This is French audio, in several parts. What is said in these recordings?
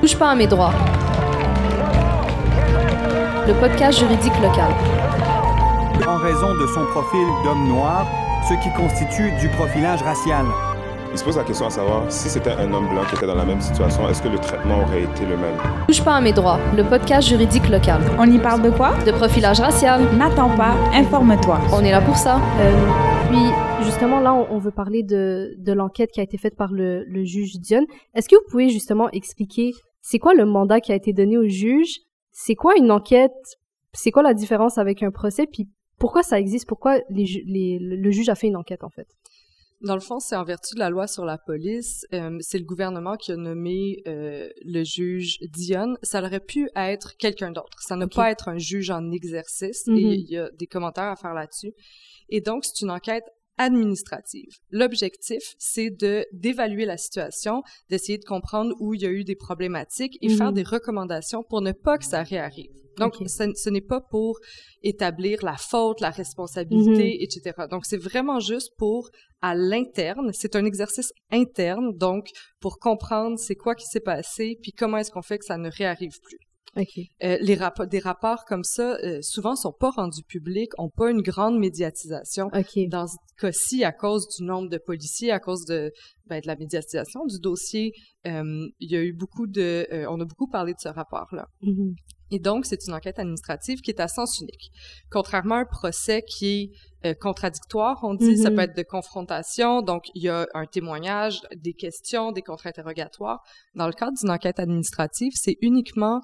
Touche pas à mes droits. Le podcast juridique local. En raison de son profil d'homme noir, ce qui constitue du profilage racial. Il se pose la question à savoir, si c'était un homme blanc qui était dans la même situation, est-ce que le traitement aurait été le même? Touche pas à mes droits. Le podcast juridique local. On y parle de quoi? De profilage racial. N'attends pas, informe-toi. On est là pour ça. Puis, justement, là, on veut parler de l'enquête qui a été faite par le juge Dionne. Est-ce que vous pouvez justement expliquer, c'est quoi le mandat qui a été donné au juge? C'est quoi une enquête? C'est quoi la différence avec un procès? Puis, pourquoi ça existe? Pourquoi le juge a fait une enquête, en fait? Dans le fond, c'est en vertu de la loi sur la police. C'est le gouvernement qui a nommé le juge Dionne. Ça aurait pu être quelqu'un d'autre. Ça n'a pas être un juge en exercice. Et il y a des commentaires à faire là-dessus. Et donc, c'est une enquête administrative. L'objectif, c'est d'évaluer la situation, d'essayer de comprendre où il y a eu des problématiques et faire des recommandations pour ne pas que ça réarrive. Donc, ce n'est pas pour établir la faute, la responsabilité, etc. Donc, c'est vraiment juste pour, à l'interne, c'est un exercice interne, donc pour comprendre c'est quoi qui s'est passé, puis comment est-ce qu'on fait que ça ne réarrive plus. Des rapports comme ça, souvent, sont pas rendus publics, ont pas une grande médiatisation. Dans ce cas-ci, à cause du nombre de policiers, à cause de la médiatisation du dossier, il y a eu on a beaucoup parlé de ce rapport-là. Et donc, c'est une enquête administrative qui est à sens unique. Contrairement à un procès qui est contradictoire, on dit, ça peut être de confrontation, donc il y a un témoignage, des questions, des contre-interrogatoires. Dans le cadre d'une enquête administrative, c'est uniquement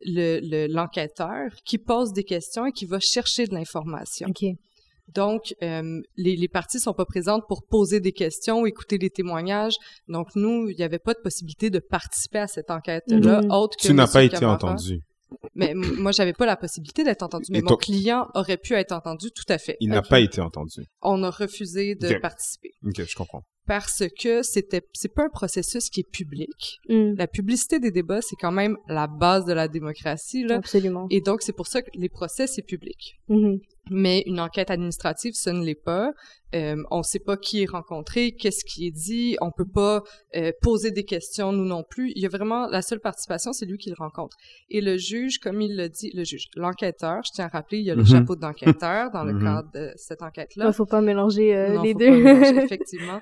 l'enquêteur qui pose des questions et qui va chercher de l'information. Donc, les parties sont pas présentes pour poser des questions, écouter les témoignages. Donc, nous, il n'y avait pas de possibilité de participer à cette enquête-là, autre que Tu n'as pas été Camara. entendu. Mais moi, j'avais pas la possibilité d'être entendu. Mais mon client aurait pu être entendu, tout à fait. Il n'a pas été entendu. On a refusé de participer. OK, je comprends. Parce que c'est pas un processus qui est public. La publicité des débats, c'est quand même la base de la démocratie, là. Absolument. Et donc, c'est pour ça que les procès, c'est public. Mais une enquête administrative, ce ne l'est pas. On ne sait pas qui est rencontré, qu'est-ce qui est dit. On peut pas poser des questions, nous non plus. Il y a vraiment la seule participation, c'est lui qui le rencontre. Et le juge, comme il l'a dit, l'enquêteur, je tiens à rappeler, il y a le chapeau d'enquêteur dans le cadre de cette enquête-là. Il faut pas mélanger non, les faut deux. Pas mélanger, effectivement.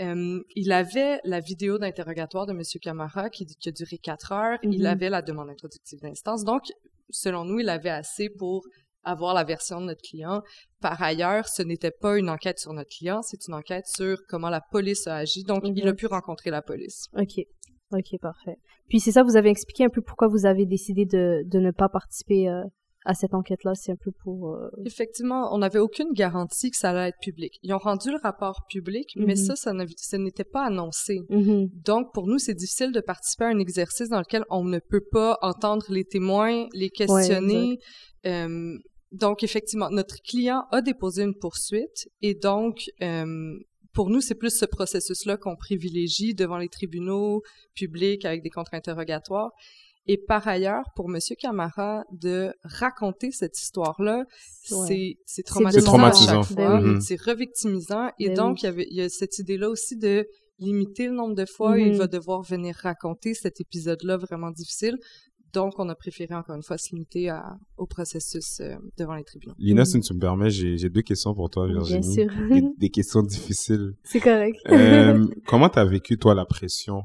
Il avait la vidéo d'interrogatoire de M. Camara qui a duré 4 heures. Il avait la demande introductive d'instance. Donc, selon nous, il avait assez pour avoir la version de notre client. Par ailleurs, ce n'était pas une enquête sur notre client, c'est une enquête sur comment la police a agi. Donc, il a pu rencontrer la police. OK, parfait. Puis c'est ça, vous avez expliqué un peu pourquoi vous avez décidé de ne pas participer à cette enquête-là. C'est un peu pour... Effectivement, on n'avait aucune garantie que ça allait être public. Ils ont rendu le rapport public, mais ça n'était pas annoncé. Donc, pour nous, c'est difficile de participer à un exercice dans lequel on ne peut pas entendre les témoins, les questionner. Donc, effectivement, notre client a déposé une poursuite et donc, pour nous, c'est plus ce processus-là qu'on privilégie devant les tribunaux publics avec des contre-interrogatoires. Et par ailleurs, pour M. Camara, de raconter cette histoire-là, c'est traumatisant à chaque fois, c'est revictimisant. Et donc, il y a cette idée-là aussi de limiter le nombre de fois où il va devoir venir raconter cet épisode-là vraiment difficile. Donc, on a préféré, encore une fois, se limiter au processus devant les tribunaux. Lina, si tu me permets, j'ai 2 questions pour toi, Virginie. Bien sûr. Des questions difficiles. C'est correct. Comment t'as vécu, toi, la pression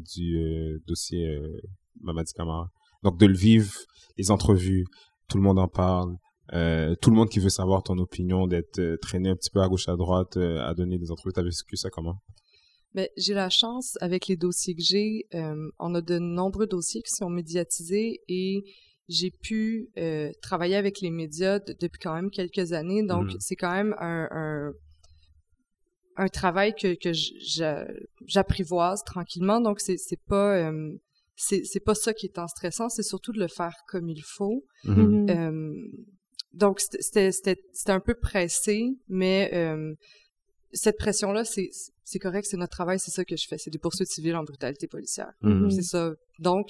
du dossier Mamadi Camara? Donc, de le vivre, les entrevues, tout le monde en parle, tout le monde qui veut savoir ton opinion, d'être traîné un petit peu à gauche, à droite, à donner des entrevues. T'as vécu ça comment? Ben, j'ai la chance, avec les dossiers que j'ai, on a de nombreux dossiers qui sont médiatisés et j'ai pu travailler avec les médias depuis quand même quelques années. Donc, c'est quand même un travail que j'apprivoise tranquillement. Donc, c'est pas ça qui est tant stressant, c'est surtout de le faire comme il faut. Donc, c'était un peu pressé, mais cette pression-là, c'est correct, c'est notre travail, c'est ça que je fais. C'est des poursuites civiles en brutalité policière. C'est ça. Donc,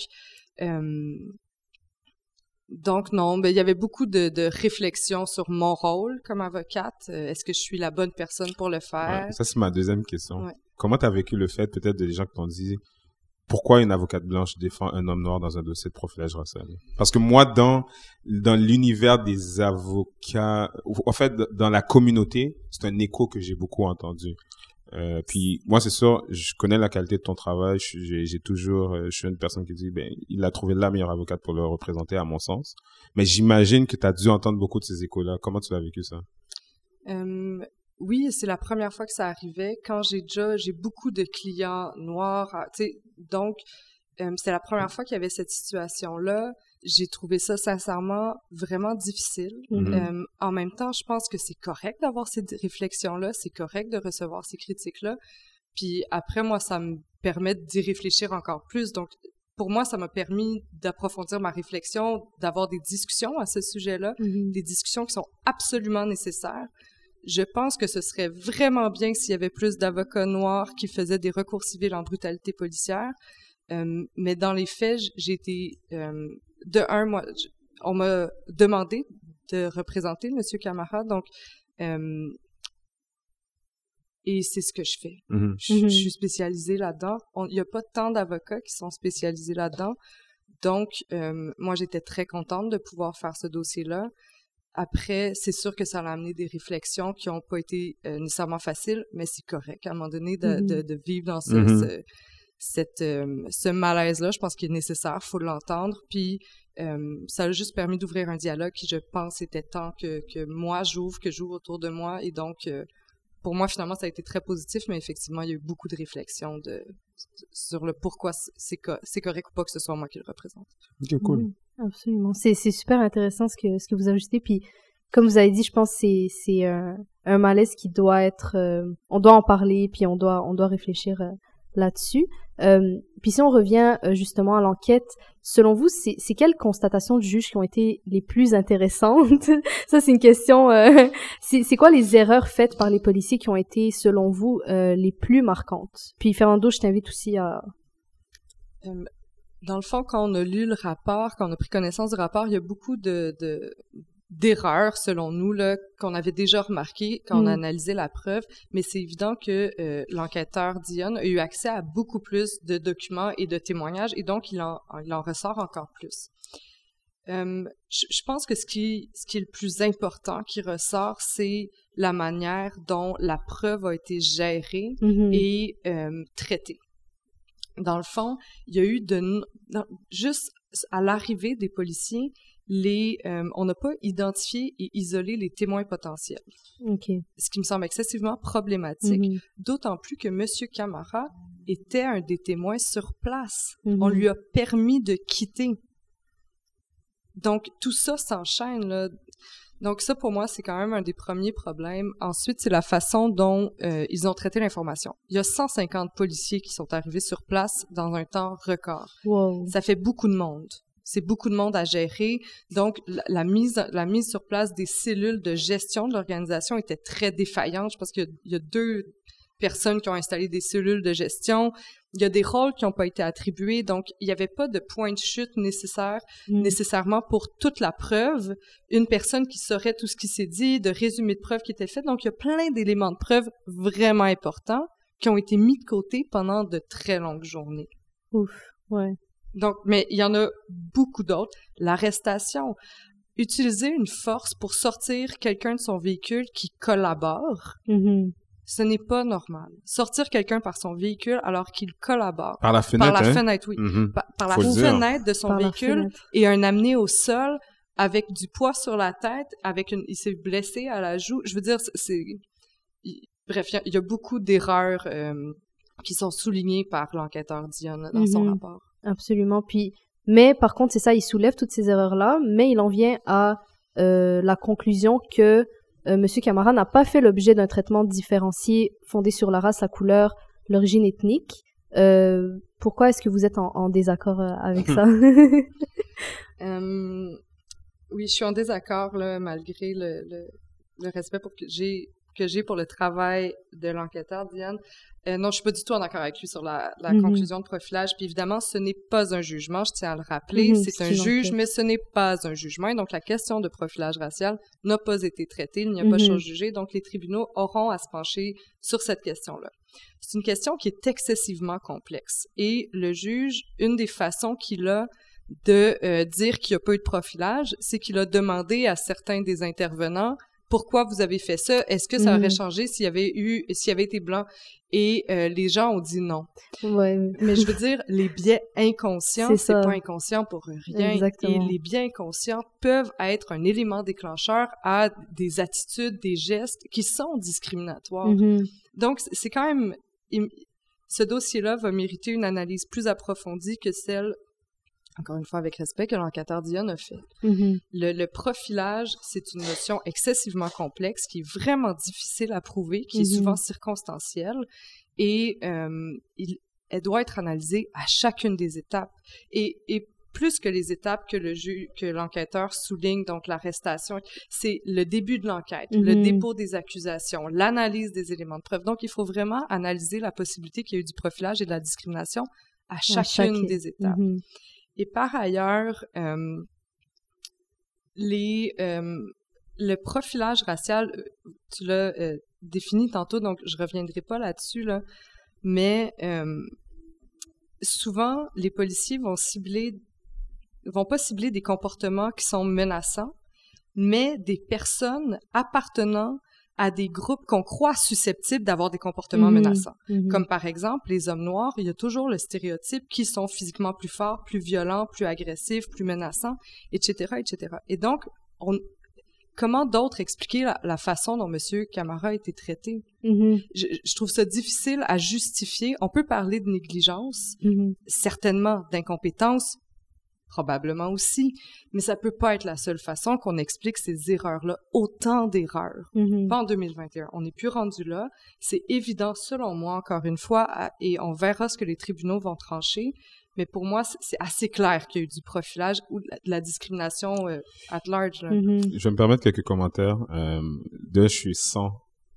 non, il y avait beaucoup de réflexions sur mon rôle comme avocate. Est-ce que je suis la bonne personne pour le faire? Ouais, ça, c'est ma deuxième question. Ouais. Comment t'as vécu le fait, peut-être, des gens qui t'ont dit pourquoi une avocate blanche défend un homme noir dans un dossier de profilage racial? Parce que moi, dans l'univers des avocats, en fait, dans la communauté, c'est un écho que j'ai beaucoup entendu. Puis moi, c'est sûr, je connais la qualité de ton travail. Je suis une personne qui dit, il a trouvé la meilleure avocate pour le représenter, à mon sens. Mais j'imagine que tu as dû entendre beaucoup de ces échos-là. Comment tu l'as vécu, ça? Oui, c'est la première fois que ça arrivait. Quand j'ai beaucoup de clients noirs, tu sais, donc c'est la première fois qu'il y avait cette situation-là. J'ai trouvé ça sincèrement vraiment difficile. En même temps, je pense que c'est correct d'avoir ces réflexions-là, c'est correct de recevoir ces critiques-là. Puis après, moi, ça me permet d'y réfléchir encore plus. Donc, pour moi, ça m'a permis d'approfondir ma réflexion, d'avoir des discussions à ce sujet-là, des discussions qui sont absolument nécessaires. Je pense que ce serait vraiment bien s'il y avait plus d'avocats noirs qui faisaient des recours civils en brutalité policière. Mais dans les faits, j'ai été... on m'a demandé de représenter M. Camara, donc... et c'est ce que je fais. Je suis spécialisée là-dedans. Il n'y a pas tant d'avocats qui sont spécialisés là-dedans. Donc, moi, j'étais très contente de pouvoir faire ce dossier-là. Après, c'est sûr que ça a amené des réflexions qui n'ont pas été nécessairement faciles, mais c'est correct à un moment donné de vivre dans ce malaise-là. Je pense qu'il est nécessaire, il faut l'entendre. Puis, ça a juste permis d'ouvrir un dialogue qui, je pense, était temps que moi, j'ouvre autour de moi. Et donc, pour moi, finalement, ça a été très positif, mais effectivement, il y a eu beaucoup de réflexions sur le pourquoi c'est correct ou pas que ce soit moi qui le représente. Ok, cool. Absolument. C'est super intéressant ce que vous ajoutez. Puis, comme vous avez dit, je pense que c'est un malaise qui doit être... on doit en parler, puis on doit réfléchir là-dessus. Puis si on revient justement à l'enquête, selon vous, c'est quelles constatations du juge qui ont été les plus intéressantes? Ça, c'est une question... c'est quoi les erreurs faites par les policiers qui ont été, selon vous, les plus marquantes? Puis Fernando, je t'invite aussi à... Dans le fond, quand on a lu le rapport, quand on a pris connaissance du rapport, il y a beaucoup d'erreurs, selon nous, là, qu'on avait déjà remarquées quand on a analysé la preuve, mais c'est évident que l'enquêteur Dionne a eu accès à beaucoup plus de documents et de témoignages, et donc il en ressort encore plus. Je pense que ce qui est le plus important qui ressort, c'est la manière dont la preuve a été gérée et traitée. Dans le fond, il y a eu juste à l'arrivée des policiers, on n'a pas identifié et isolé les témoins potentiels. Ce qui me semble excessivement problématique, d'autant plus que M. Camara était un des témoins sur place. On lui a permis de quitter. Donc, tout ça s'enchaîne, là. Donc ça, pour moi, c'est quand même un des premiers problèmes. Ensuite, c'est la façon dont ils ont traité l'information. Il y a 150 policiers qui sont arrivés sur place dans un temps record. Wow. Ça fait beaucoup de monde. C'est beaucoup de monde à gérer. Donc, la mise sur place des cellules de gestion de l'organisation était très défaillante. Je pense qu'il y a 2 personnes qui ont installé des cellules de gestion. Il y a des rôles qui n'ont pas été attribués, donc il n'y avait pas de point de chute nécessairement pour toute la preuve. Une personne qui saurait tout ce qui s'est dit, de résumé de preuves qui étaient faits. Donc, il y a plein d'éléments de preuve vraiment importants qui ont été mis de côté pendant de très longues journées. Ouf, ouais. Donc, mais il y en a beaucoup d'autres. L'arrestation. Utiliser une force pour sortir quelqu'un de son véhicule qui collabore. Ce n'est pas normal. Sortir quelqu'un par son véhicule alors qu'il collabore. Par la fenêtre, Par la fenêtre, oui. Par la fenêtre de son véhicule et un amené au sol avec du poids sur la tête, il s'est blessé à la joue. Je veux dire, bref, il y a beaucoup d'erreurs qui sont soulignées par l'enquêteur Dionne dans son rapport. Absolument. Mais par contre, c'est ça, il soulève toutes ces erreurs-là, mais il en vient à la conclusion que M. Camara n'a pas fait l'objet d'un traitement différencié fondé sur la race, la couleur, l'origine ethnique. Pourquoi est-ce que vous êtes en désaccord avec ça? Oui, je suis en désaccord là, malgré le respect que j'ai pour le travail de l'enquêteur Dionne. Non, je suis pas du tout en accord avec lui sur la conclusion de profilage. Puis évidemment, ce n'est pas un jugement, je tiens à le rappeler. C'est un juge, mais ce n'est pas un jugement. Et donc, la question de profilage racial n'a pas été traitée. Il n'y a pas chose jugée. Donc, les tribunaux auront à se pencher sur cette question-là. C'est une question qui est excessivement complexe. Et le juge, une des façons qu'il a de dire qu'il n'y a pas eu de profilage, c'est qu'il a demandé à certains des intervenants pourquoi vous avez fait ça, est-ce que ça aurait changé s'il y avait été blanc? Et les gens ont dit non. Ouais. Mais je veux dire, les biais inconscients, c'est pas inconscient pour rien. Exactement. Et les biais inconscients peuvent être un élément déclencheur à des attitudes, des gestes qui sont discriminatoires. Donc, c'est quand même... Ce dossier-là va mériter une analyse plus approfondie que celle, encore une fois avec respect, que l'enquêteur Dionne a fait. Le profilage, c'est une notion excessivement complexe qui est vraiment difficile à prouver, qui est souvent circonstancielle et elle doit être analysée à chacune des étapes. Et plus que les étapes que l'enquêteur souligne, donc l'arrestation, c'est le début de l'enquête, le dépôt des accusations, l'analyse des éléments de preuve. Donc, il faut vraiment analyser la possibilité qu'il y ait eu du profilage et de la discrimination à chacune des étapes. Et par ailleurs, le profilage racial, tu l'as défini tantôt, donc je reviendrai pas là-dessus, là, mais souvent, les policiers vont pas cibler des comportements qui sont menaçants, mais des personnes appartenant à des groupes qu'on croit susceptibles d'avoir des comportements menaçants. Comme par exemple, les hommes noirs, il y a toujours le stéréotype qu'ils sont physiquement plus forts, plus violents, plus agressifs, plus menaçants, etc., etc. Et donc, comment d'autres expliquer la façon dont M. Camara a été traité? Je trouve ça difficile à justifier. On peut parler de négligence, certainement d'incompétence, probablement aussi, mais ça peut pas être la seule façon qu'on explique ces erreurs-là, autant d'erreurs. Pas en 2021. On n'est plus rendu là. C'est évident, selon moi, encore une fois, et on verra ce que les tribunaux vont trancher, mais pour moi, c'est assez clair qu'il y a eu du profilage ou de la discrimination at large. Là. Je vais me permettre quelques commentaires. Je suis 100%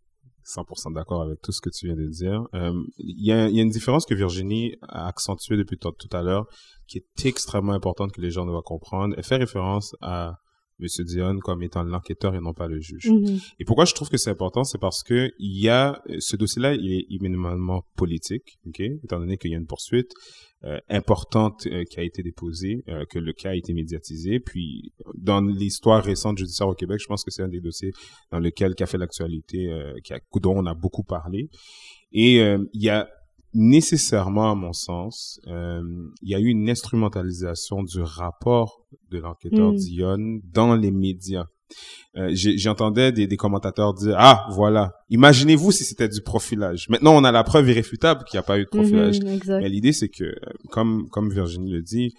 d'accord avec tout ce que tu viens de dire. Il y a une différence que Virginie a accentuée depuis tout à l'heure, qui est extrêmement importante que les gens doivent comprendre. Elle fait référence à M. Dionne comme étant l'enquêteur et non pas le juge. Et pourquoi je trouve que c'est important, c'est parce que ce dossier-là, il est éminemment politique, étant donné qu'il y a une poursuite importante qui a été déposée, que le cas a été médiatisé. Puis, dans l'histoire récente judiciaire au Québec, je pense que c'est un des dossiers dans lequel qui a fait l'actualité, dont on a beaucoup parlé. Et il y a nécessairement, à mon sens, il y a eu une instrumentalisation du rapport de l'enquêteur Dionne dans les médias. J'entendais des commentateurs dire « Ah, voilà, imaginez-vous si c'était du profilage. » Maintenant, on a la preuve irréfutable qu'il n'y a pas eu de profilage. Mais l'idée, c'est que, comme Virginie le dit,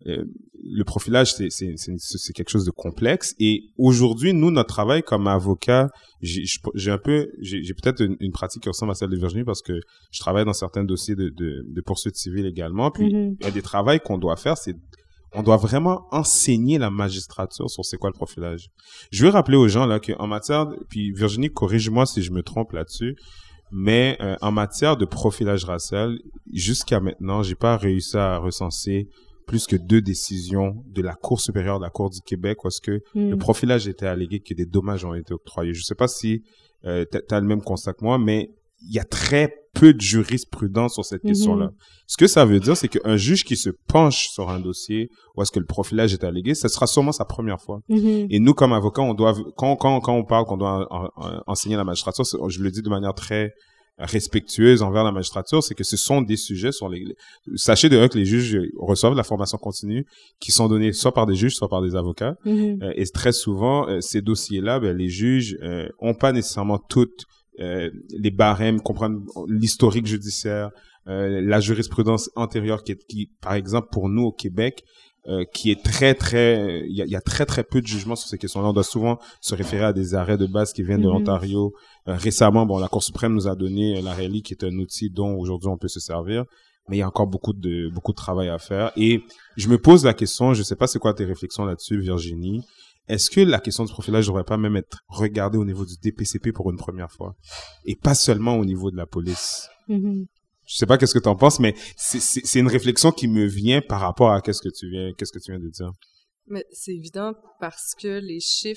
le profilage, c'est quelque chose de complexe. Et aujourd'hui, nous, notre travail comme avocat, j'ai peut-être une pratique qui ressemble à celle de Virginie parce que je travaille dans certains dossiers de poursuites civiles également. Puis, il y a des travaux qu'on doit faire, on doit vraiment enseigner la magistrature sur c'est quoi le profilage. Je veux rappeler aux gens là qu'en matière, puis Virginie, corrige-moi si je me trompe là-dessus, mais en matière de profilage racial, jusqu'à maintenant, j'ai pas réussi à recenser plus que 2 décisions de la Cour supérieure de la Cour du Québec où est-ce que le profilage était allégué que des dommages ont été octroyés. Je sais pas si t'as le même constat que moi, mais il y a très peu de jurisprudence sur cette question-là. Ce que ça veut dire, c'est qu'un juge qui se penche sur un dossier où est-ce que le profilage est allégué, ce sera sûrement sa première fois. Et nous, comme avocats, on doit, quand on parle qu'on doit enseigner la magistrature, je le dis de manière très respectueuse envers la magistrature, c'est que ce sont des sujets sachez de que les juges reçoivent la formation continue qui sont donnés soit par des juges, soit par des avocats. Et très souvent, ces dossiers-là, les juges ont pas nécessairement toutes les barèmes, comprendre l'historique judiciaire, la jurisprudence antérieure qui, par exemple, pour nous au Québec, qui est il y a très peu de jugements sur ces questions-là. On doit souvent se référer à des arrêts de base qui viennent de l'Ontario. Récemment, la Cour suprême nous a donné l'arrêt Lee, qui est un outil dont aujourd'hui on peut se servir. Mais il y a encore beaucoup de travail à faire. Et je me pose la question, je sais pas c'est quoi tes réflexions là-dessus, Virginie. Est-ce que la question du profilage devrait pas même être regardée au niveau du DPCP pour une première fois? Et pas seulement au niveau de la police? Je sais pas qu'est-ce que t'en penses, mais c'est une réflexion qui me vient par rapport à qu'est-ce que tu viens de dire. Mais c'est évident parce que les chiffres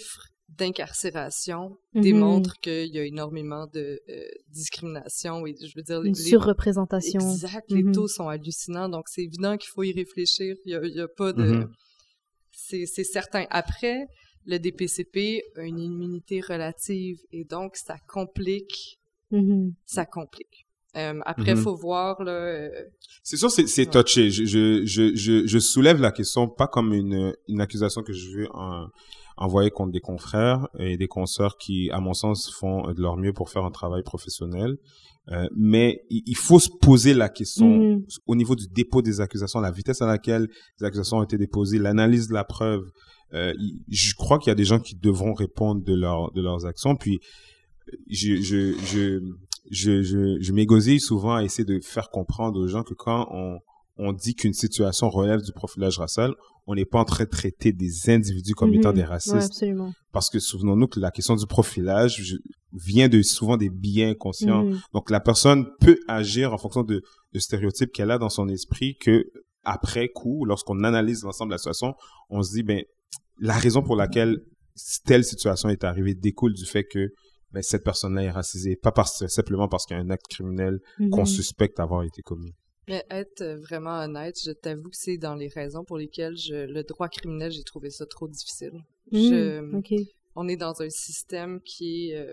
d'incarcération démontre qu'il y a énormément de discrimination et je veux dire... Une surreprésentation. Exact, les taux sont hallucinants, donc c'est évident qu'il faut y réfléchir, il y a pas de... C'est certain. Après, le DPCP a une immunité relative et donc ça complique. Ça complique. Après, il faut voir, là... C'est sûr, c'est touché. Je soulève la question, pas comme une accusation que je veux envoyer contre des confrères et des consoeurs qui, à mon sens, font de leur mieux pour faire un travail professionnel. Mais il faut se poser la question au niveau du dépôt des accusations, la vitesse à laquelle les accusations ont été déposées, l'analyse de la preuve. Je crois qu'il y a des gens qui devront répondre de leurs actions. Puis, je m'égosille souvent à essayer de faire comprendre aux gens que quand on dit qu'une situation relève du profilage racial, on n'est pas en train de traiter des individus comme étant des racistes. Ouais, absolument. Parce que souvenons-nous que la question du profilage vient souvent des biais inconscients. Donc la personne peut agir en fonction de stéréotypes qu'elle a dans son esprit que après coup, lorsqu'on analyse l'ensemble de la situation, on se dit la raison pour laquelle telle situation est arrivée découle du fait que cette personne-là est racisée, pas simplement parce qu'il y a un acte criminel qu'on suspecte avoir été commis. Mais être vraiment honnête, je t'avoue que c'est dans les raisons pour lesquelles le droit criminel, j'ai trouvé ça trop difficile. On est dans un système qui est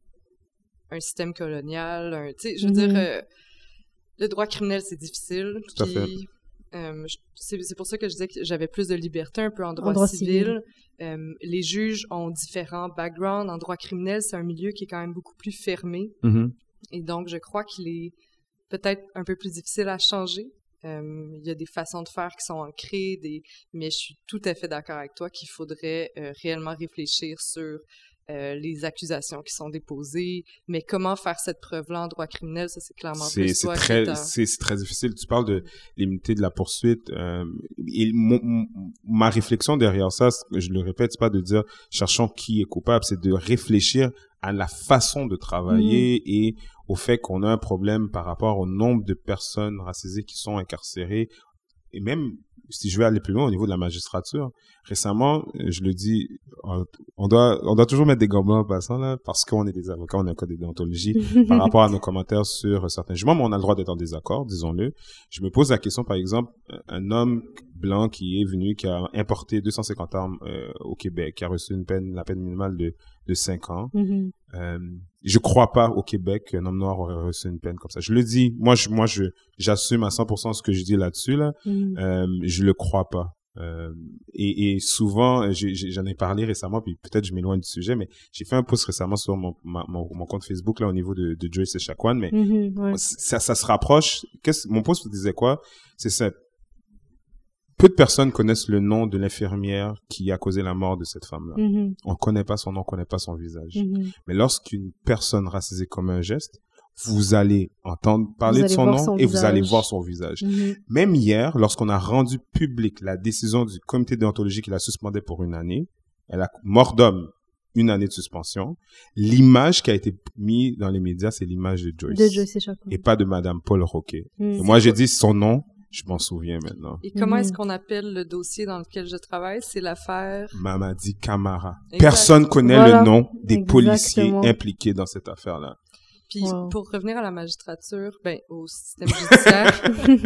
un système colonial. Je veux dire, le droit criminel, c'est difficile. Tout à fait. C'est pour ça que je disais que j'avais plus de liberté un peu en droit civil. Les juges ont différents backgrounds. En droit criminel, c'est un milieu qui est quand même beaucoup plus fermé. Et donc, je crois qu'il est peut-être un peu plus difficile à changer. Il y a des façons de faire qui sont ancrées, mais je suis tout à fait d'accord avec toi qu'il faudrait réellement réfléchir sur les accusations qui sont déposées, mais comment faire cette preuve-là en droit criminel, ça c'est clairement plus toi c'est très difficile. Tu parles de l'immunité de la poursuite. Et ma réflexion derrière ça, je le répète, c'est pas de dire cherchons qui est coupable, c'est de réfléchir à la façon de travailler et au fait qu'on a un problème par rapport au nombre de personnes racisées qui sont incarcérées. Et même, si je vais aller plus loin au niveau de la magistrature, récemment, je le dis, on doit toujours mettre des gants blancs en passant, là, parce qu'on est des avocats, on a un code de déontologie par rapport à nos commentaires sur certains jugements, mais on a le droit d'être en désaccord, disons-le. Je me pose la question, par exemple, un homme blanc qui est venu, qui a importé 250 armes au Québec, qui a reçu la peine minimale de 5 ans. Je crois pas au Québec qu'un homme noir aurait reçu une peine comme ça. Je le dis, moi j'assume à 100% ce que je dis là-dessus, là. Je le crois pas. Et souvent, j'en ai parlé récemment, puis peut-être je m'éloigne du sujet, mais j'ai fait un post récemment sur mon compte Facebook, là, au niveau de Joyce Echaquan, mais ça se rapproche. Mon post disait quoi? C'est ça. Peu de personnes connaissent le nom de l'infirmière qui a causé la mort de cette femme-là. On connaît pas son nom, on connaît pas son visage. Mais lorsqu'une personne racisée commet un geste, vous allez entendre parler de son nom et vous allez voir son visage. Même hier, lorsqu'on a rendu public la décision du comité de déontologie qui la suspendait pour 1 année, elle a mort d'homme 1 année de suspension. L'image qui a été mise dans les médias, c'est l'image de Joyce. De Joyce Echaquan. Et pas de Madame Paul Roquet. Et moi, j'ai dit son nom. Je m'en souviens maintenant. Et comment est-ce qu'on appelle le dossier dans lequel je travaille? C'est l'affaire... Mamadi Camara. Personne connaît le nom des policiers impliqués dans cette affaire-là. Puis, pour revenir à la magistrature, au système judiciaire,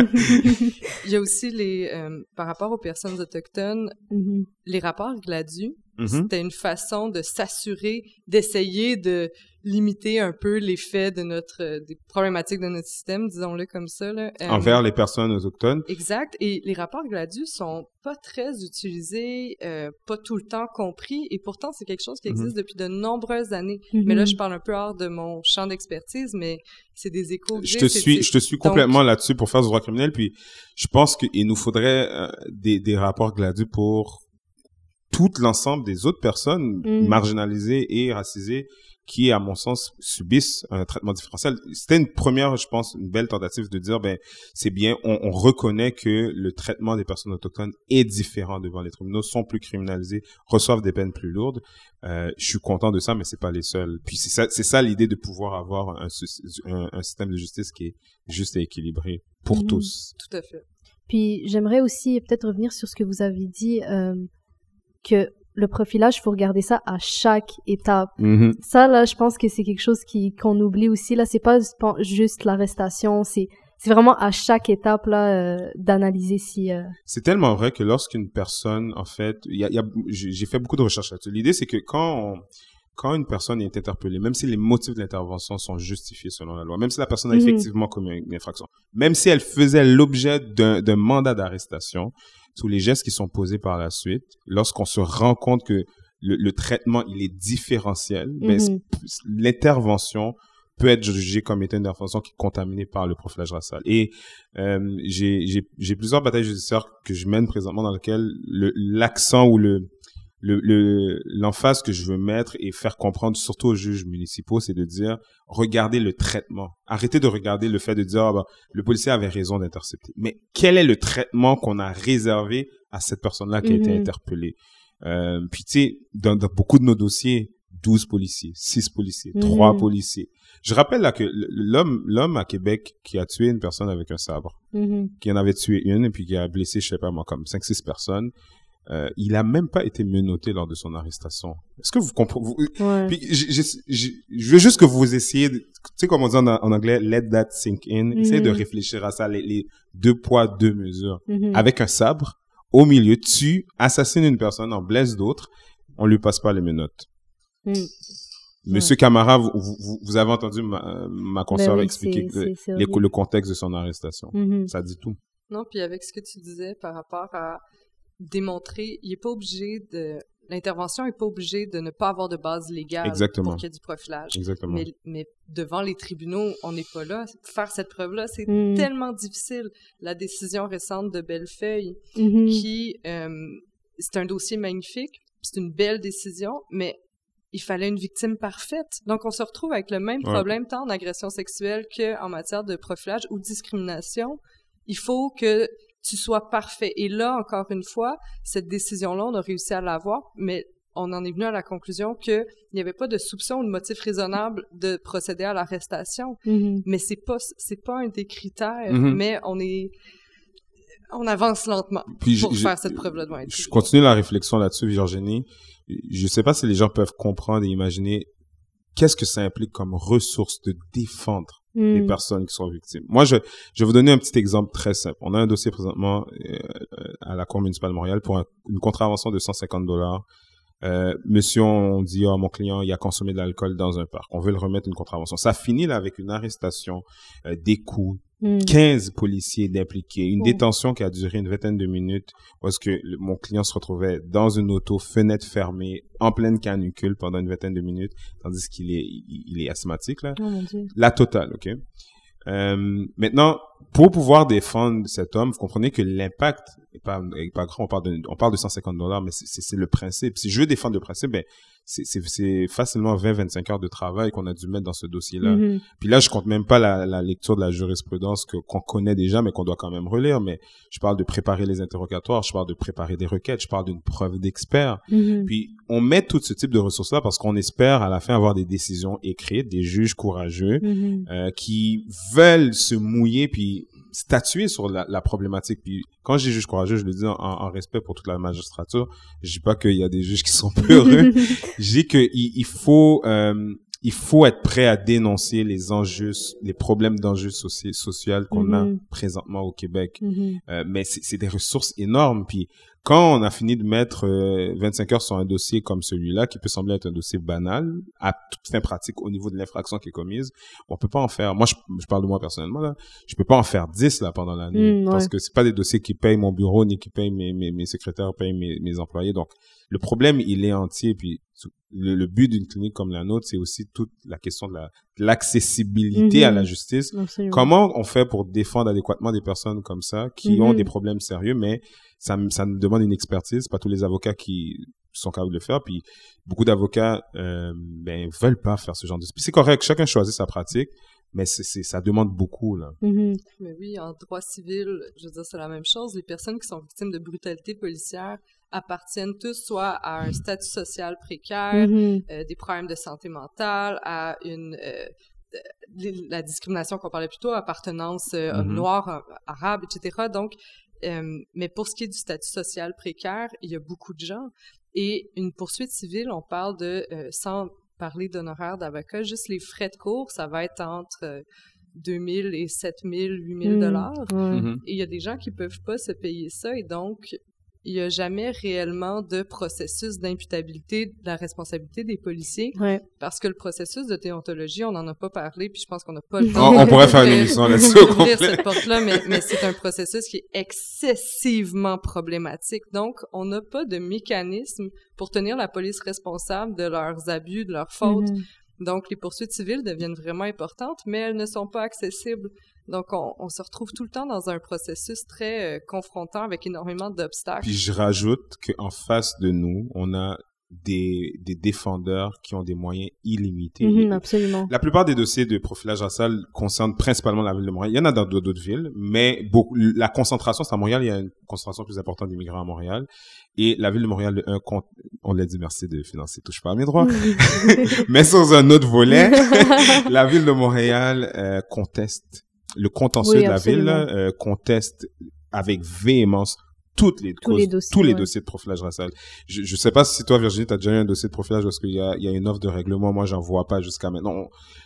il y a aussi par rapport aux personnes autochtones, les rapports Gladue, c'était une façon de s'assurer, d'essayer de limiter un peu l'effet de des problématiques de notre système, disons-le comme ça, là. Envers les personnes autochtones. Exact. Et les rapports Gladue sont pas très utilisés, pas tout le temps compris, et pourtant, c'est quelque chose qui existe depuis de nombreuses années. Mais là, je parle un peu hors de mon champ d'expertise, mais c'est des échos que je te suis complètement là-dessus pour faire du droit criminel, puis je pense qu'il nous faudrait des rapports Gladue pour tout l'ensemble des autres personnes marginalisées et racisées qui, à mon sens, subissent un traitement différentiel. C'était une première, je pense, une belle tentative de dire, c'est bien, on reconnaît que le traitement des personnes autochtones est différent devant les tribunaux, sont plus criminalisés, reçoivent des peines plus lourdes. Je suis content de ça, mais c'est pas les seuls. Puis c'est ça l'idée de pouvoir avoir un système de justice qui est juste et équilibré pour tous. Tout à fait. Puis j'aimerais aussi peut-être revenir sur ce que vous avez dit, que le profilage, il faut regarder ça à chaque étape. Mhm. Ça, là, je pense que c'est quelque chose qu'on oublie aussi. Là, c'est pas juste l'arrestation, c'est vraiment à chaque étape, là, d'analyser si... C'est tellement vrai que lorsqu'une personne, en fait, j'ai fait beaucoup de recherches là-dessus. L'idée, c'est que quand une personne est interpellée, même si les motifs de l'intervention sont justifiés selon la loi, même si la personne a effectivement commis une infraction, même si elle faisait l'objet d'un mandat d'arrestation, tous les gestes qui sont posés par la suite, lorsqu'on se rend compte que le traitement, il est différentiel, ben, l'intervention peut être jugée comme étant une intervention qui est contaminée par le profilage racial. Et j'ai plusieurs batailles judiciaires que je mène présentement dans lesquelles l'accent ou l'emphase que je veux mettre et faire comprendre surtout aux juges municipaux, c'est de dire, regardez le traitement. Arrêtez de regarder le fait de dire, ah ben, le policier avait raison d'intercepter. Mais quel est le traitement qu'on a réservé à cette personne-là qui a été interpellée? Puis tu sais, dans beaucoup de nos dossiers, 12 policiers, 6 policiers, 3 policiers. Je rappelle là que l'homme à Québec qui a tué une personne avec un sabre, qui en avait tué une et puis qui a blessé, je sais pas moi, comme 5-6 personnes, il a même pas été menotté lors de son arrestation. Est-ce que vous comprenez? Puis je veux juste que vous essayiez, tu sais comme on dit en anglais, let that sink in. Essayez de réfléchir à ça, les 2 poids, 2 mesures. Avec un sabre, au milieu, tue, assassine une personne, en blesse d'autres, on lui passe pas les menottes. Monsieur Camara, vous avez entendu ma consoeur expliquer le contexte de son arrestation. Ça dit tout. Non, puis avec ce que tu disais par rapport à démontrer, il est pas obligé l'intervention est pas obligée de ne pas avoir de base légale pour qu'il y ait du profilage. Exactement. Mais devant les tribunaux, on n'est pas là. Faire cette preuve-là, c'est tellement difficile. La décision récente de Bellefeuille, qui, c'est un dossier magnifique, c'est une belle décision, mais il fallait une victime parfaite. Donc, on se retrouve avec le même problème tant en agression sexuelle qu'en matière de profilage ou discrimination. Il faut que tu sois parfait. Et là, encore une fois, cette décision-là, on a réussi à l'avoir, mais on en est venu à la conclusion qu'il n'y avait pas de soupçon ou de motif raisonnable de procéder à l'arrestation. Mais c'est pas un des critères, mais on avance lentement pour faire cette preuve-là devant être. Je continue la réflexion là-dessus, Virginie. Je sais pas si les gens peuvent comprendre et imaginer qu'est-ce que ça implique comme ressource de défendre les personnes qui sont victimes. Moi, je vais vous donner un petit exemple très simple. On a un dossier présentement à la Cour municipale de Montréal pour une contravention de $150. Monsieur, on dit, mon client, il a consommé de l'alcool dans un parc. On veut le remettre une contravention. Ça finit là avec une arrestation, des coups, 15 policiers d'impliqués, une détention qui a duré une vingtaine de minutes parce que mon client se retrouvait dans une auto, fenêtre fermée, en pleine canicule pendant une vingtaine de minutes, tandis qu'il est asthmatique, là. Oh mon Dieu. La totale, OK? Maintenant, pour pouvoir défendre cet homme, vous comprenez que l'impact est pas grand. On parle de $150, mais c'est le principe. Si je veux défendre le principe, ben, c'est facilement 20-25 heures de travail qu'on a dû mettre dans ce dossier-là. Puis là, je compte même pas la lecture de la jurisprudence qu'on connaît déjà, mais qu'on doit quand même relire. Mais je parle de préparer les interrogatoires, je parle de préparer des requêtes, je parle d'une preuve d'expert. Puis on met tout ce type de ressources-là parce qu'on espère à la fin avoir des décisions écrites, des juges courageux qui veulent se mouiller puis statuer sur la problématique. Puis quand je dis juge courageux, je le dis en respect pour toute la magistrature. Je dis pas qu'il y a des juges qui sont peureux. Je dis qu'il faut être prêt à dénoncer les enjeux, les problèmes d'enjeux sociaux qu'on a présentement au Québec. Mais c'est des ressources énormes. Puis quand on a fini de mettre 25 heures sur un dossier comme celui-là, qui peut sembler être un dossier banal, à toute fin pratique au niveau de l'infraction qui est commise, on peut pas en faire. Moi, je parle de moi personnellement, là. Je peux pas en faire 10, là, pendant l'année. Parce que c'est pas des dossiers qui payent mon bureau, ni qui payent mes secrétaires, payent mes employés. Donc, le problème, il est entier. Puis, le but d'une clinique comme la nôtre, c'est aussi toute la question de l'accessibilité à la justice. Absolument. Comment on fait pour défendre adéquatement des personnes comme ça, qui ont des problèmes sérieux, mais ça nous demande une expertise. Pas tous les avocats qui sont capables de le faire. Puis beaucoup d'avocats veulent pas faire ce genre de... Puis c'est correct, chacun choisit sa pratique, mais ça demande beaucoup, là. Mais oui, en droit civil, je veux dire, c'est la même chose. Les personnes qui sont victimes de brutalité policière appartiennent tous soit à un statut social précaire, des problèmes de santé mentale, à la discrimination qu'on parlait plus tôt, appartenance homme noir, arabe, etc. Donc, Mais pour ce qui est du statut social précaire, il y a beaucoup de gens. Et une poursuite civile, on parle de, sans parler d'honoraires d'avocat, juste les frais de cours, ça va être entre 2 000 et 7 000, 8 000 dollars. Et il y a des gens qui peuvent pas se payer ça, et donc il y a jamais réellement de processus d'imputabilité de la responsabilité des policiers, parce que le processus de déontologie, on n'en a pas parlé, puis je pense qu'on n'a pas le temps. On pourrait faire une émission là-dessus au complet. Cette porte-là, mais c'est un processus qui est excessivement problématique. Donc, on n'a pas de mécanisme pour tenir la police responsable de leurs abus, de leurs fautes. Donc, les poursuites civiles deviennent vraiment importantes, mais elles ne sont pas accessibles. Donc, on se retrouve tout le temps dans un processus très confrontant avec énormément d'obstacles. Puis je rajoute qu'en face de nous, on a des défendeurs qui ont des moyens illimités. Absolument. La plupart des dossiers de profilage racial concernent principalement la ville de Montréal. Il y en a dans d'autres villes, mais la concentration, c'est à Montréal. Il y a une concentration plus importante d'immigrants à Montréal. Et la ville de Montréal, on l'a dit, merci de financer Touche pas à mes droits. Mais sur un autre volet, la ville de Montréal conteste. Le contentieux de la ville conteste avec véhémence tous les dossiers de profilage racial. Je sais pas si toi, Virginie, t'as déjà eu un dossier de profilage parce qu'il y a une offre de règlement. Moi, j'en vois pas jusqu'à maintenant.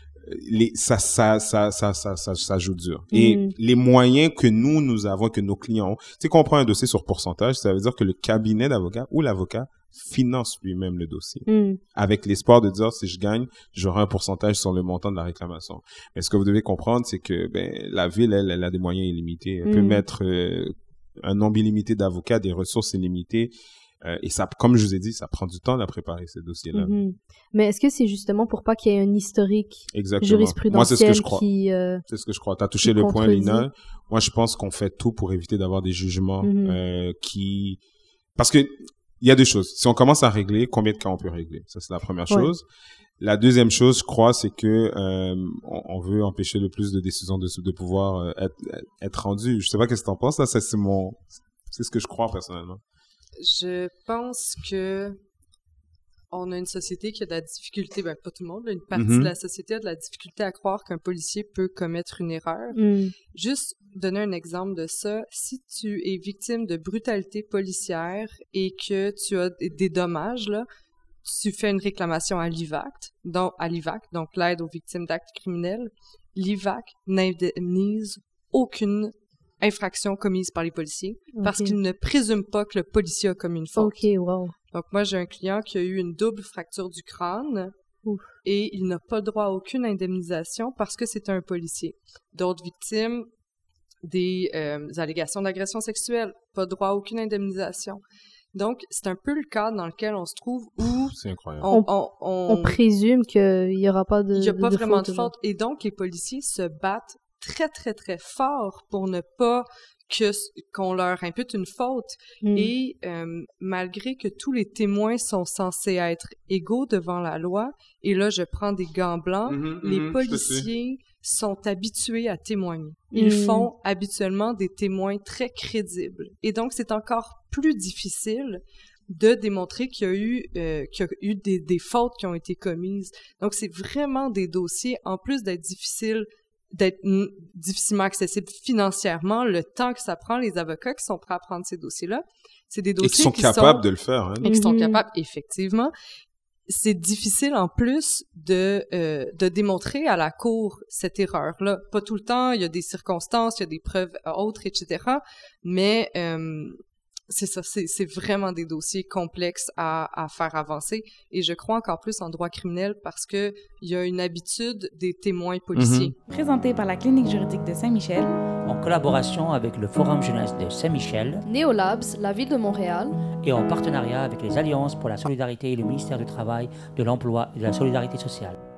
Ça joue dur. Et les moyens que nous avons, que nos clients ont, tu sais, qu'on prend un dossier sur pourcentage, ça veut dire que le cabinet d'avocat ou l'avocat finance lui-même le dossier. Avec l'espoir de dire, si je gagne, j'aurai un pourcentage sur le montant de la réclamation. Mais ce que vous devez comprendre, c'est que, la ville, elle a des moyens illimités. Elle peut mettre, un nombre illimité d'avocats, des ressources illimitées. Et ça, comme je vous ai dit, ça prend du temps à préparer ces dossiers-là. Mais est-ce que c'est justement pour pas qu'il y ait un historique jurisprudentiel? Moi, c'est ce que je crois. C'est ce que je crois. T'as touché le point, Lina. Moi, je pense qu'on fait tout pour éviter d'avoir des jugements parce que il y a deux choses. Si on commence à régler, combien de cas on peut régler? Ça, c'est la première chose. La deuxième chose, je crois, c'est que on veut empêcher le plus de décisions de pouvoir être rendues. Je sais pas qu'est-ce que t'en penses, là. C'est ce que je crois personnellement. Je pense que on a une société qui a de la difficulté, pas tout le monde, une partie de la société a de la difficulté à croire qu'un policier peut commettre une erreur. Juste donner un exemple de ça, si tu es victime de brutalité policière et que tu as des dommages, là, tu fais une réclamation à l'IVAC, donc l'aide aux victimes d'actes criminels. L'IVAC n'indemnise aucune infraction commise par les policiers parce qu'ils ne présument pas que le policier a commis une faute. Donc moi, j'ai un client qui a eu une double fracture du crâne et il n'a pas le droit à aucune indemnisation parce que c'est un policier. D'autres victimes, des allégations d'agression sexuelle, pas droit à aucune indemnisation. Donc, c'est un peu le cadre dans lequel on se trouve où c'est incroyable. On présume qu'il n'y aura pas de il n'y a pas vraiment de faute. Et donc, les policiers se battent très, très, très fort pour ne pas qu'on leur impute une faute. Et malgré que tous les témoins sont censés être égaux devant la loi, et là, je prends des gants blancs, les policiers sont habitués à témoigner. Ils font habituellement des témoins très crédibles. Et donc, c'est encore plus difficile de démontrer qu'il y a eu des fautes qui ont été commises. Donc, c'est vraiment des dossiers, en plus d'être difficilement accessibles financièrement, le temps que ça prend, les avocats qui sont prêts à prendre ces dossiers-là, c'est des dossiers qui sont capables de le faire. Et qui sont capables, effectivement. C'est difficile en plus de démontrer à la cour cette erreur-là. Pas tout le temps, il y a des circonstances, il y a des preuves autres, etc. Mais c'est ça, c'est vraiment des dossiers complexes à faire avancer. Et je crois encore plus en droit criminel parce que il y a une habitude des témoins policiers. Présenté par la Clinique juridique de Saint-Michel, en collaboration avec le Forum jeunesse de Saint-Michel, Néolabs, la ville de Montréal, et en partenariat avec les Alliances pour la solidarité et le ministère du Travail, de l'Emploi et de la Solidarité sociale.